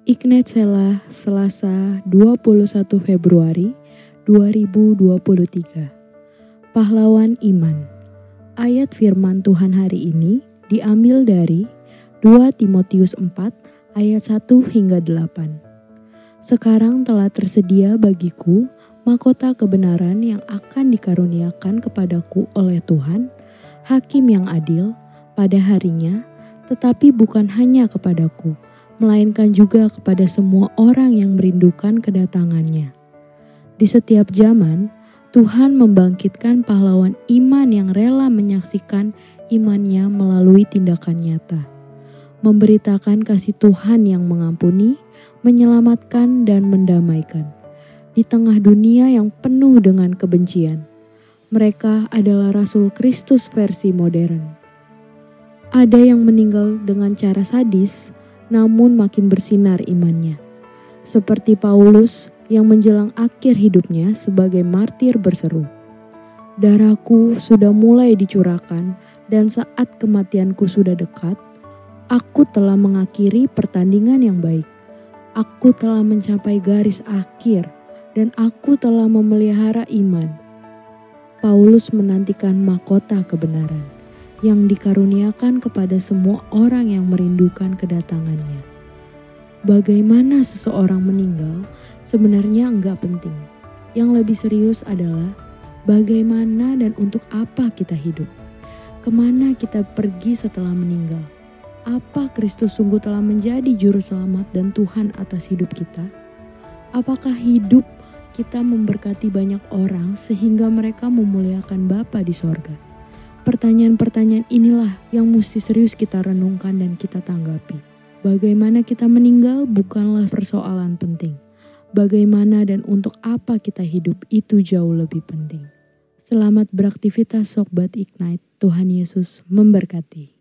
Ignite Sela, Selasa 21 Februari 2023. Pahlawan Iman. Ayat firman Tuhan hari ini diambil dari 2 Timotius 4 ayat 1 hingga 8. Sekarang telah tersedia bagiku mahkota kebenaran yang akan dikaruniakan kepadaku oleh Tuhan, Hakim yang adil, pada harinya, tetapi bukan hanya kepadaku, melainkan juga kepada semua orang yang merindukan kedatangannya. Di setiap zaman, Tuhan membangkitkan pahlawan iman yang rela menyaksikan imannya melalui tindakan nyata, memberitakan kasih Tuhan yang mengampuni, menyelamatkan, dan mendamaikan. Di tengah dunia yang penuh dengan kebencian, mereka adalah Rasul Kristus versi modern. Ada yang meninggal dengan cara sadis, namun makin bersinar imannya. Seperti Paulus yang menjelang akhir hidupnya sebagai martir berseru, "Darahku sudah mulai dicurahkan dan saat kematianku sudah dekat, aku telah mengakhiri pertandingan yang baik. Aku telah mencapai garis akhir dan aku telah memelihara iman." Paulus menantikan mahkota kebenaran yang dikaruniakan kepada semua orang yang merindukan kedatangannya. Bagaimana seseorang meninggal sebenarnya enggak penting. Yang lebih serius adalah bagaimana dan untuk apa kita hidup. Kemana kita pergi setelah meninggal? Apa Kristus sungguh telah menjadi juru selamat dan Tuhan atas hidup kita? Apakah hidup kita memberkati banyak orang sehingga mereka memuliakan Bapa di sorga? Pertanyaan-pertanyaan inilah yang mesti serius kita renungkan dan kita tanggapi. Bagaimana kita meninggal bukanlah persoalan penting. Bagaimana dan untuk apa kita hidup itu jauh lebih penting. Selamat beraktivitas Sobat Ignite. Tuhan Yesus memberkati.